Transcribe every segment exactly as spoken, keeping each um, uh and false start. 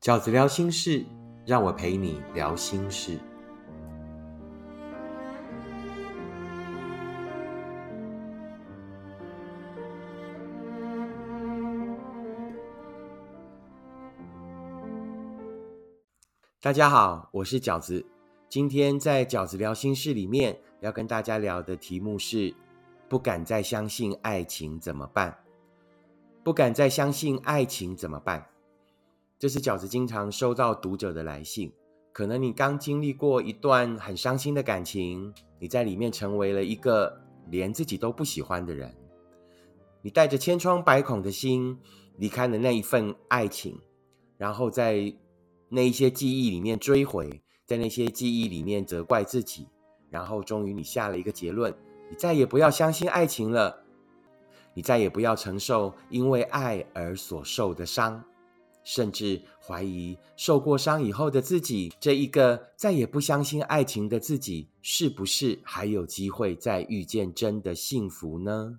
饺子聊心事，让我陪你聊心事。大家好，我是饺子。今天在饺子聊心事里面要跟大家聊的题目是：不敢再相信爱情怎么办？不敢再相信爱情怎么办？这是饺子经常收到读者的来信。可能你刚经历过一段很伤心的感情，你在里面成为了一个连自己都不喜欢的人，你带着千疮百孔的心离开了那一份爱情，然后在那一些记忆里面追回，在那些记忆里面责怪自己，然后终于你下了一个结论，你再也不要相信爱情了，你再也不要承受因为爱而所受的伤，甚至怀疑受过伤以后的自己，这一个再也不相信爱情的自己，是不是还有机会再遇见真的幸福呢？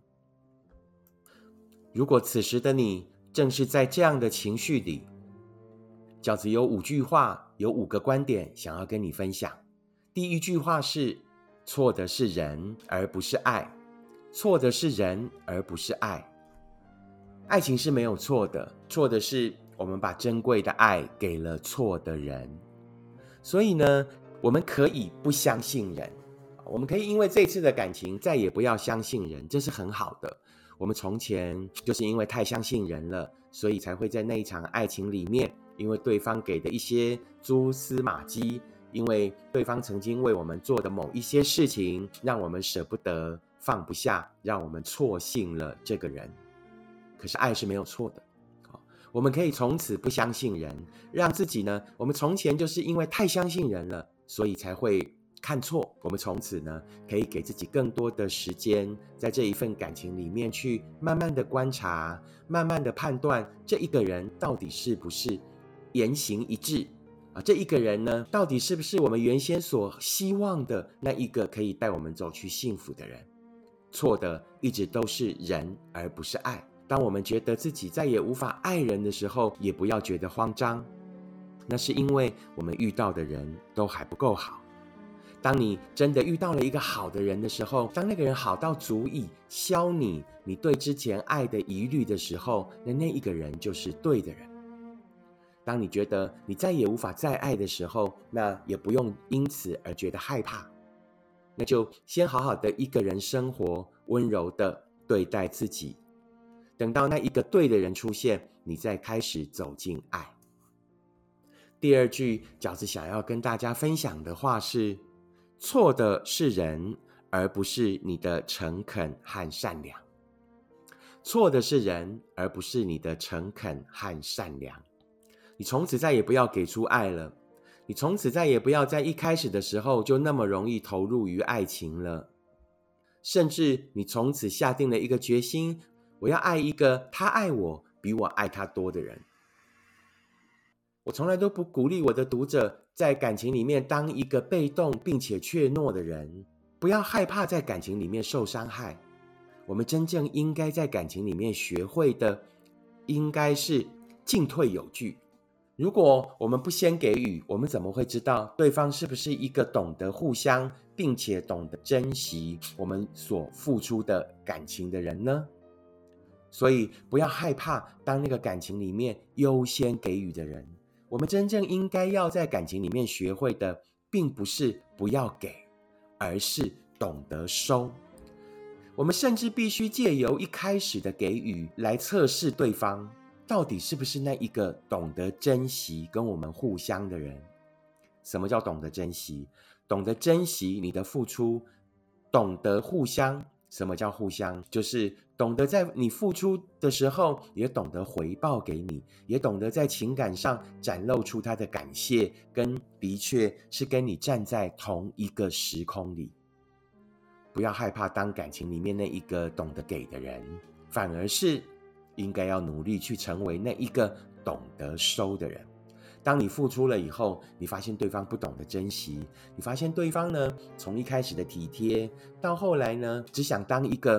如果此时的你正是在这样的情绪里，饺子有五句话，有五个观点想要跟你分享。第一句话是：错的是人而不是爱，错的是人而不是爱。爱情是没有错的，错的是我们把珍贵的爱给了错的人。所以呢，我们可以不相信人，我们可以因为这次的感情再也不要相信人，这是很好的。我们从前就是因为太相信人了，所以才会在那一场爱情里面，因为对方给的一些蛛丝马迹，因为对方曾经为我们做的某一些事情，让我们舍不得放不下，让我们错信了这个人。可是爱是没有错的，我们可以从此不相信人，让自己呢，我们从前就是因为太相信人了，所以才会看错。我们从此呢，可以给自己更多的时间，在这一份感情里面去慢慢的观察，慢慢的判断这一个人到底是不是言行一致啊？这一个人呢，到底是不是我们原先所希望的那一个可以带我们走去幸福的人？错的一直都是人，而不是爱。当我们觉得自己再也无法爱人的时候，也不要觉得慌张，那是因为我们遇到的人都还不够好。当你真的遇到了一个好的人的时候，当那个人好到足以消你你对之前爱的疑虑的时候，那那一个人就是对的人。当你觉得你再也无法再爱的时候，那也不用因此而觉得害怕，那就先好好的一个人生活，温柔的对待自己，等到那一个对的人出现，你再开始走进爱。第二句饺子想要跟大家分享的话是：错的是人，而不是你的诚恳和善良。错的是人，而不是你的诚恳和善良。你从此再也不要给出爱了，你从此再也不要在一开始的时候就那么容易投入于爱情了，甚至你从此下定了一个决心，我要爱一个他爱我比我爱他多的人。我从来都不鼓励我的读者在感情里面当一个被动并且怯懦的人，不要害怕在感情里面受伤害。我们真正应该在感情里面学会的，应该是进退有据。如果我们不先给予，我们怎么会知道对方是不是一个懂得互相并且懂得珍惜我们所付出的感情的人呢？所以不要害怕当那个感情里面优先给予的人。我们真正应该要在感情里面学会的，并不是不要给，而是懂得收。我们甚至必须借由一开始的给予来测试对方到底是不是那一个懂得珍惜跟我们互相的人。什么叫懂得珍惜？懂得珍惜你的付出，懂得互相。什么叫互相？就是懂得在你付出的时候，也懂得回报给你，也懂得在情感上展露出他的感谢，跟的确是跟你站在同一个时空里。不要害怕当感情里面那一个懂得给的人，反而是应该要努力去成为那一个懂得收的人。当你付出了以后，你发现对方不懂得珍惜，你发现对方呢，从一开始的体贴，到后来呢，只想当一个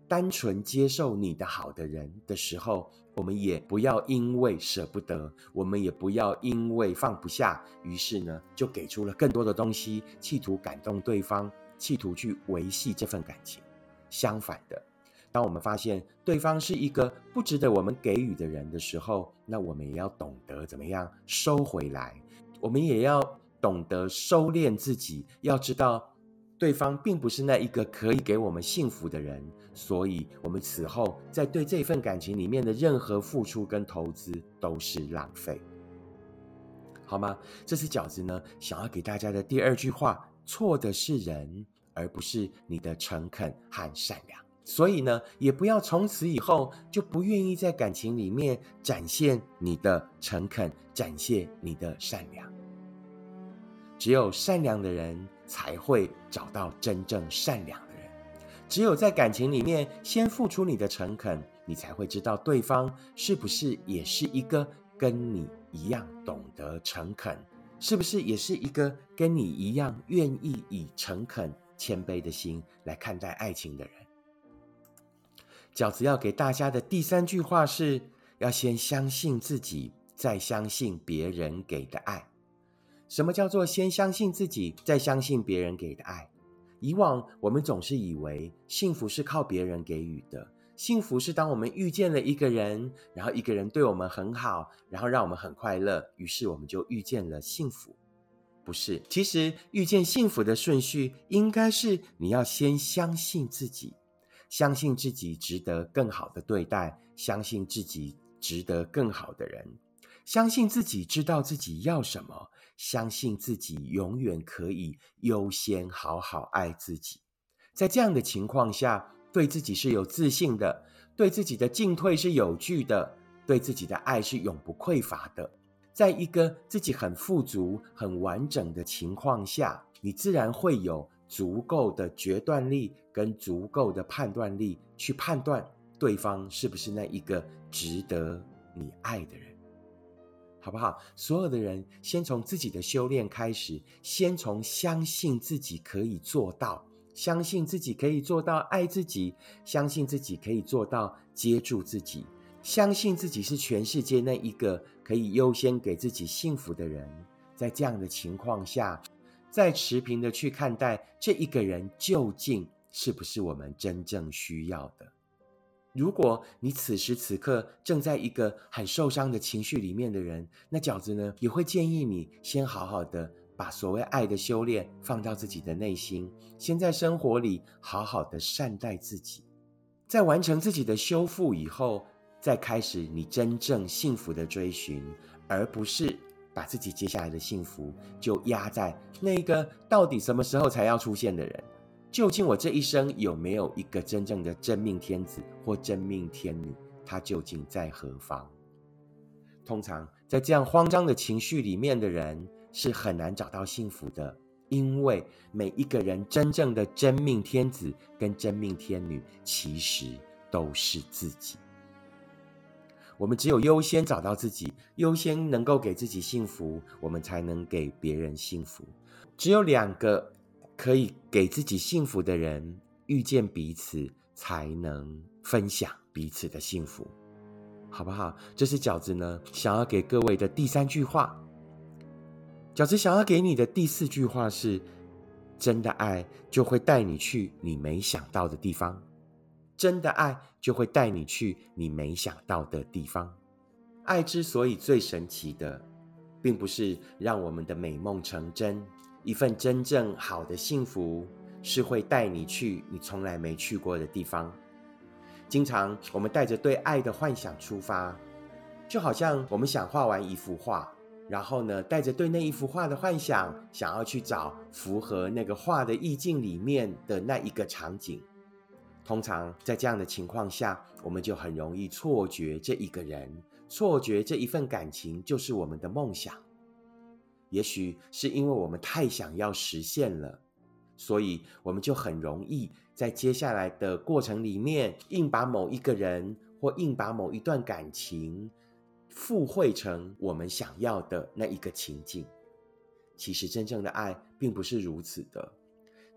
单纯接受你的好的人的时候，我们也不要因为舍不得，我们也不要因为放不下，于是呢就给出了更多的东西，企图感动对方，企图去维系这份感情。相反的，当我们发现对方是一个不值得我们给予的人的时候，那我们也要懂得怎么样收回来，我们也要懂得收敛自己，要知道对方并不是那一个可以给我们幸福的人，所以我们此后在对这份感情里面的任何付出跟投资都是浪费，好吗？这是饺子呢想要给大家的第二句话，错的是人，而不是你的诚恳和善良。所以呢，也不要从此以后就不愿意在感情里面展现你的诚恳，展现你的善良。只有善良的人才会找到真正善良的人，只有在感情里面先付出你的诚恳，你才会知道对方是不是也是一个跟你一样懂得诚恳，是不是也是一个跟你一样愿意以诚恳谦卑的心来看待爱情的人。饺子要给大家的第三句话是，要先相信自己，再相信别人给的爱。什么叫做先相信自己，再相信别人给的爱？以往我们总是以为幸福是靠别人给予的，幸福是当我们遇见了一个人，然后一个人对我们很好，然后让我们很快乐，于是我们就遇见了幸福。不是，其实遇见幸福的顺序应该是你要先相信自己，相信自己值得更好的对待，相信自己值得更好的人，相信自己知道自己要什么，相信自己永远可以优先好好爱自己。在这样的情况下，对自己是有自信的，对自己的进退是有据的，对自己的爱是永不匮乏的。在一个自己很富足、很完整的情况下，你自然会有足够的决断力跟足够的判断力去判断对方是不是那一个值得你爱的人，好不好？所有的人先从自己的修炼开始，先从相信自己可以做到，相信自己可以做到爱自己，相信自己可以做到接住自己，相信自己是全世界那一个可以优先给自己幸福的人。在这样的情况下，再持平的去看待这一个人究竟是不是我们真正需要的。如果你此时此刻正在一个很受伤的情绪里面的人，那饺子呢也会建议你先好好的把所谓爱的修炼放到自己的内心，先在生活里好好的善待自己，在完成自己的修复以后，再开始你真正幸福的追寻，而不是把自己接下来的幸福就压在那个到底什么时候才要出现的人。究竟我这一生有没有一个真正的真命天子或真命天女，他究竟在何方？通常在这样慌张的情绪里面的人是很难找到幸福的，因为每一个人真正的真命天子跟真命天女其实都是自己。我们只有优先找到自己，优先能够给自己幸福，我们才能给别人幸福。只有两个可以给自己幸福的人遇见彼此，才能分享彼此的幸福，好不好？这是饺子呢想要给各位的第三句话。饺子想要给你的第四句话是，真的爱就会带你去你没想到的地方，真的爱就会带你去你没想到的地方。爱之所以最神奇的，并不是让我们的美梦成真，一份真正好的幸福是会带你去你从来没去过的地方。经常我们带着对爱的幻想出发，就好像我们想画完一幅画，然后呢，带着对那一幅画的幻想，想要去找符合那个画的意境里面的那一个场景。通常在这样的情况下，我们就很容易错觉这一个人，错觉这一份感情就是我们的梦想。也许是因为我们太想要实现了，所以我们就很容易在接下来的过程里面，硬把某一个人或硬把某一段感情附会成我们想要的那一个情境。其实真正的爱并不是如此的，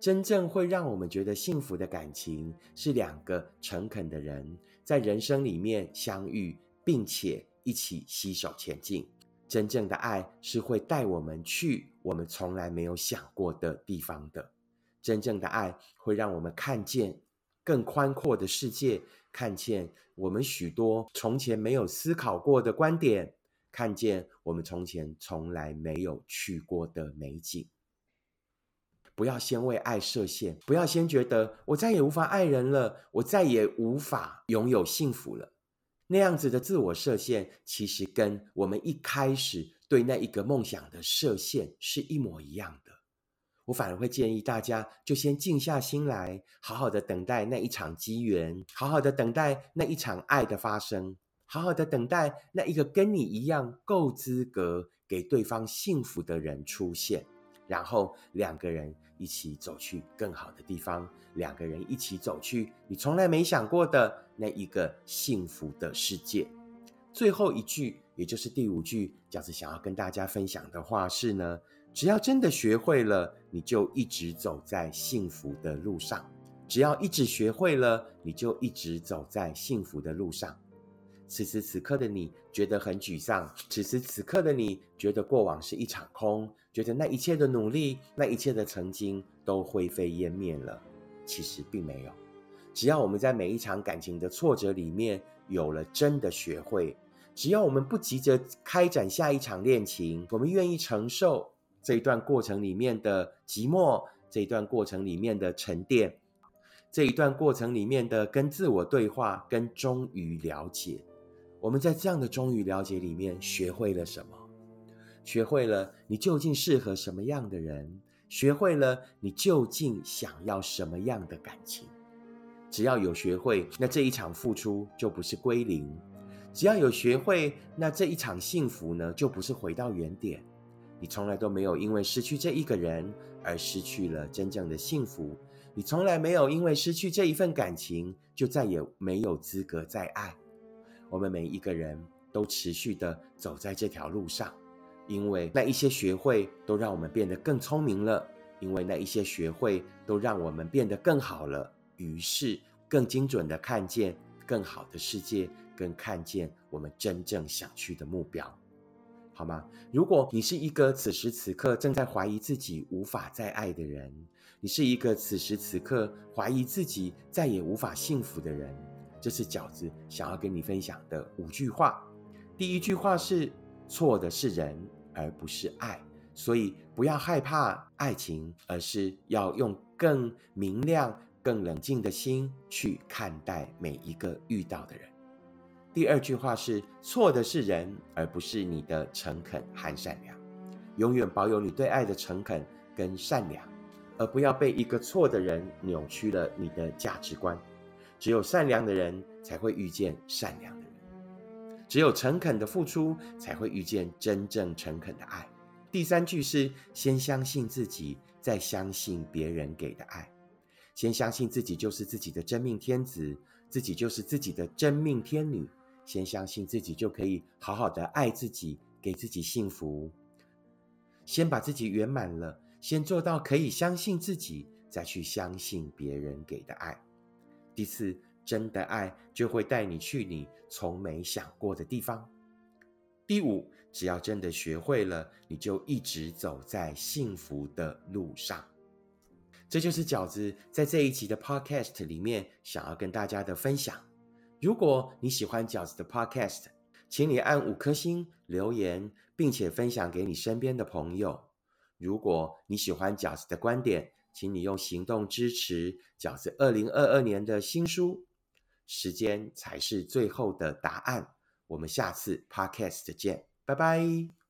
真正会让我们觉得幸福的感情，是两个诚恳的人在人生里面相遇，并且一起携手前进。真正的爱是会带我们去我们从来没有想过的地方的。真正的爱会让我们看见更宽阔的世界，看见我们许多从前没有思考过的观点，看见我们从前从来没有去过的美景。不要先为爱设限，不要先觉得我再也无法爱人了，我再也无法拥有幸福了。那样子的自我设限，其实跟我们一开始对那一个梦想的设限是一模一样的。我反而会建议大家就先静下心来，好好的等待那一场机缘，好好的等待那一场爱的发生，好好的等待那一个跟你一样够资格给对方幸福的人出现，然后两个人一起走去更好的地方，两个人一起走去你从来没想过的那一个幸福的世界。最后一句，也就是第五句，饺子想要跟大家分享的话是呢，只要真的学会了，你就一直走在幸福的路上。只要一直学会了，你就一直走在幸福的路上。此时此刻的你觉得很沮丧，此时此刻的你觉得过往是一场空，觉得那一切的努力，那一切的曾经都灰飞烟灭了。其实并没有，只要我们在每一场感情的挫折里面有了真的学会，只要我们不急着开展下一场恋情，我们愿意承受这一段过程里面的寂寞，这一段过程里面的沉淀，这一段过程里面的跟自我对话，跟忠于了解。我们在这样的忠于了解里面学会了什么？学会了你究竟适合什么样的人，学会了你究竟想要什么样的感情。只要有学会，那这一场付出就不是归零；只要有学会，那这一场幸福呢，就不是回到原点。你从来都没有因为失去这一个人而失去了真正的幸福，你从来没有因为失去这一份感情就再也没有资格再爱。我们每一个人都持续的走在这条路上，因为那一些学会都让我们变得更聪明了，因为那一些学会都让我们变得更好了，于是更精准的看见更好的世界，更看见我们真正想去的目标，好吗？如果你是一个此时此刻正在怀疑自己无法再爱的人，你是一个此时此刻怀疑自己再也无法幸福的人，这是饺子想要跟你分享的五句话。第一句话是，错的是人而不是爱，所以不要害怕爱情，而是要用更明亮更冷静的心去看待每一个遇到的人。第二句话是，错的是人而不是你的诚恳和善良，永远保有你对爱的诚恳跟善良，而不要被一个错的人扭曲了你的价值观。只有善良的人才会遇见善良的人，只有诚恳的付出才会遇见真正诚恳的爱。第三句是，先相信自己，再相信别人给的爱。先相信自己就是自己的真命天子，自己就是自己的真命天女，先相信自己就可以好好的爱自己，给自己幸福。先把自己圆满了，先做到可以相信自己，再去相信别人给的爱。第四，真的爱就会带你去你从没想过的地方。第五，只要真的学会了，你就一直走在幸福的路上。这就是饺子在这一集的 podcast 里面想要跟大家的分享。如果你喜欢饺子的 podcast， 请你按五颗星留言，并且分享给你身边的朋友。如果你喜欢饺子的观点，请你用行动支持饺子二零二二年的新书，时间才是最后的答案。我们下次 podcast 见，拜拜。